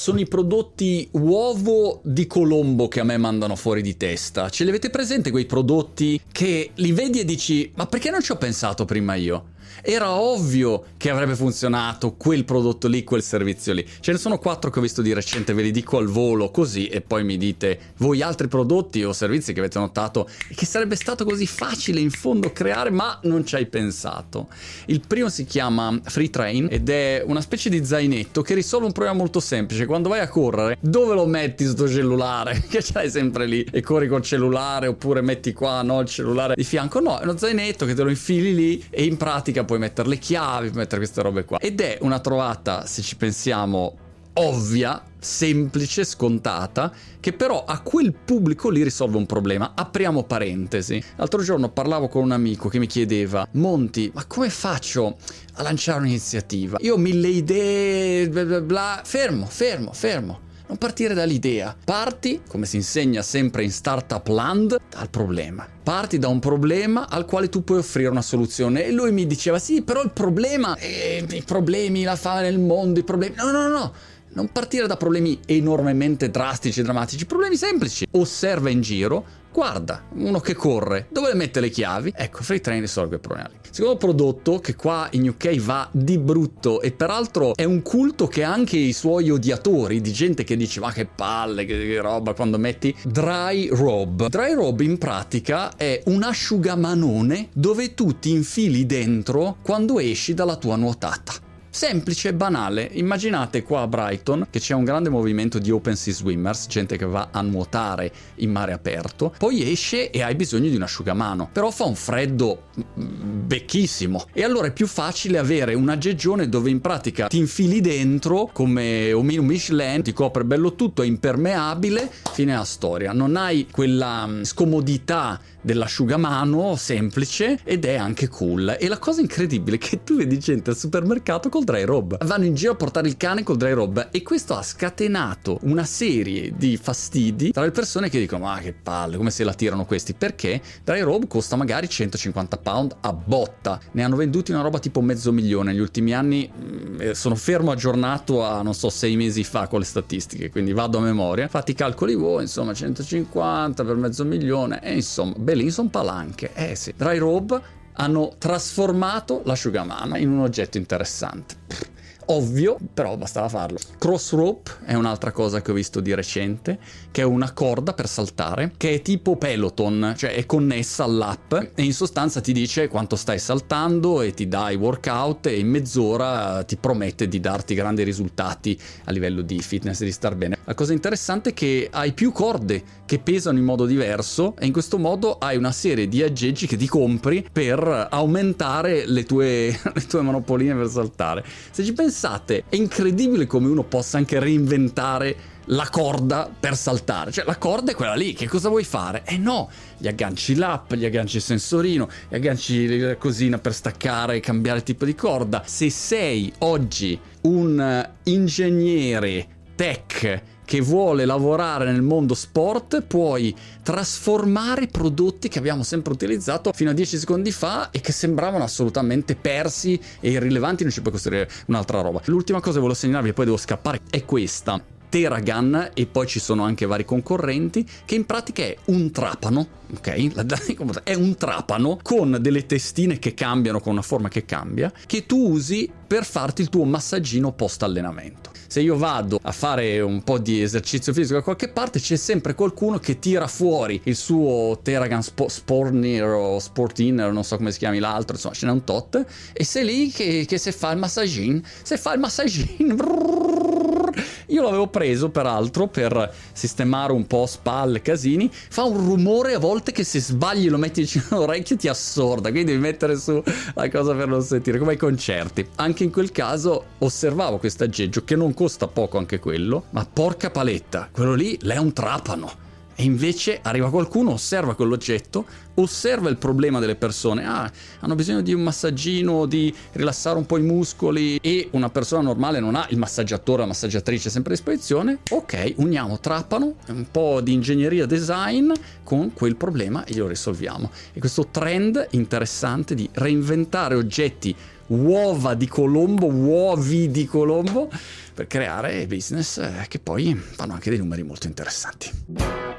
sono i prodotti uovo di Colombo che a me mandano fuori di testa. Ce li avete presente quei prodotti che li vedi e dici ma perché non ci ho pensato prima io? Era ovvio che avrebbe funzionato quel prodotto lì, quel servizio lì. Ce ne sono 4 che ho visto di recente, ve li dico al volo così e poi mi dite voi altri prodotti o servizi che avete notato e che sarebbe stato così facile in fondo creare ma non ci hai pensato. Il primo si chiama Free Train ed è una specie di zainetto che risolve un problema molto semplice. Quando vai a correre, dove lo metti sto cellulare? Che ce l'hai sempre lì e corri col cellulare, oppure metti qua, no, il cellulare di fianco. No, è uno zainetto che te lo infili lì e in pratica puoi mettere le chiavi, puoi mettere queste robe qua. Ed è una trovata, se ci pensiamo, ovvia, semplice, scontata, che però a quel pubblico lì risolve un problema. Apriamo parentesi. L'altro giorno parlavo con un amico che mi chiedeva: Monti, ma come faccio a lanciare un'iniziativa? Io ho 1000 idee, bla bla bla. Fermo. Non partire dall'idea. Parti, come si insegna sempre in Startup Land, dal problema. Parti da un problema al quale tu puoi offrire una soluzione. E lui mi diceva: sì, però il problema, i problemi, la fame nel mondo, i problemi. No. Non partire da problemi enormemente drastici, drammatici, problemi semplici. Osserva in giro, guarda uno che corre, dove le mette le chiavi? Ecco, Free Train risolve il problema lì. Secondo prodotto, che qua in UK va di brutto e peraltro è un culto che ha anche i suoi odiatori, di gente che dice ma che palle, che roba, quando metti Dry Rob. Dry Rob in pratica è un asciugamanone dove tu ti infili dentro quando esci dalla tua nuotata. Semplice e banale. Immaginate qua a Brighton che c'è un grande movimento di open sea swimmers, gente che va a nuotare in mare aperto, poi esce e hai bisogno di un asciugamano, però fa un freddo becchissimo e allora è più facile avere un aggeggione dove in pratica ti infili dentro come un Michelin, ti copre bello tutto, è impermeabile, fine la storia. Non hai quella scomodità dell'asciugamano semplice ed è anche cool. E la cosa incredibile è che tu vedi gente al supermercato col Dry Rob, vanno in giro a portare il cane col Dry Rob, e questo ha scatenato una serie di fastidi tra le persone che dicono ma che palle, come se la tirano questi, perché Dry Rob costa magari 150 pound a botta, ne hanno venduti una roba tipo 500.000 negli ultimi anni. Sono fermo aggiornato a non so 6 mesi fa con le statistiche, quindi vado a memoria, fatti i calcoli voi, insomma 150 per 500.000 e insomma belli sono palanche. Sì, Dry Rob hanno trasformato l'asciugamano in un oggetto interessante. Ovvio, però bastava farlo. Cross rope è un'altra cosa che ho visto di recente, che è una corda per saltare, che è tipo Peloton, cioè è connessa all'app e in sostanza ti dice quanto stai saltando e ti dà i workout e in mezz'ora ti promette di darti grandi risultati a livello di fitness e di star bene. La cosa interessante è che hai più corde che pesano in modo diverso e in questo modo hai una serie di aggeggi che ti compri per aumentare le tue manopoline per saltare. Se ci pensate, è incredibile come uno possa anche reinventare la corda per saltare. Cioè la corda è quella lì, che cosa vuoi fare? No, gli agganci l'app, gli agganci il sensorino, gli agganci la cosina per staccare e cambiare tipo di corda. Se sei oggi un ingegnere tech che vuole lavorare nel mondo sport, puoi trasformare prodotti che abbiamo sempre utilizzato fino a 10 secondi fa e che sembravano assolutamente persi e irrilevanti, non ci puoi costruire un'altra roba. L'ultima cosa che volevo segnalarvi e poi devo scappare è questa. Theragun, e poi ci sono anche vari concorrenti, che in pratica è un trapano, ok? È un trapano con delle testine che cambiano, con una forma che cambia, che tu usi per farti il tuo massaggino post allenamento. Se io vado a fare un po' di esercizio fisico da qualche parte, c'è sempre qualcuno che tira fuori il suo Theragun Sportner o Sportiner, non so come si chiami l'altro, insomma ce n'è un tot, e sei lì che se fa il massagino, io l'avevo preso peraltro per sistemare un po' spalle, casini, fa un rumore a volte che se sbagli lo metti vicino all'orecchio ti assorda, quindi devi mettere su la cosa per non sentire, come ai concerti. Anche in quel caso osservavo questo aggeggio che non costa poco anche quello, ma porca paletta, quello lì è un trapano. E invece arriva qualcuno, osserva quell'oggetto, osserva il problema delle persone. Hanno bisogno di un massaggino, di rilassare un po' i muscoli, e una persona normale non ha il massaggiatore o la massaggiatrice sempre a disposizione. Ok, uniamo trapano, un po' di ingegneria design con quel problema e glielo risolviamo. E questo trend interessante di reinventare oggetti uova di Colombo, uovi di Colombo, per creare business che poi fanno anche dei numeri molto interessanti.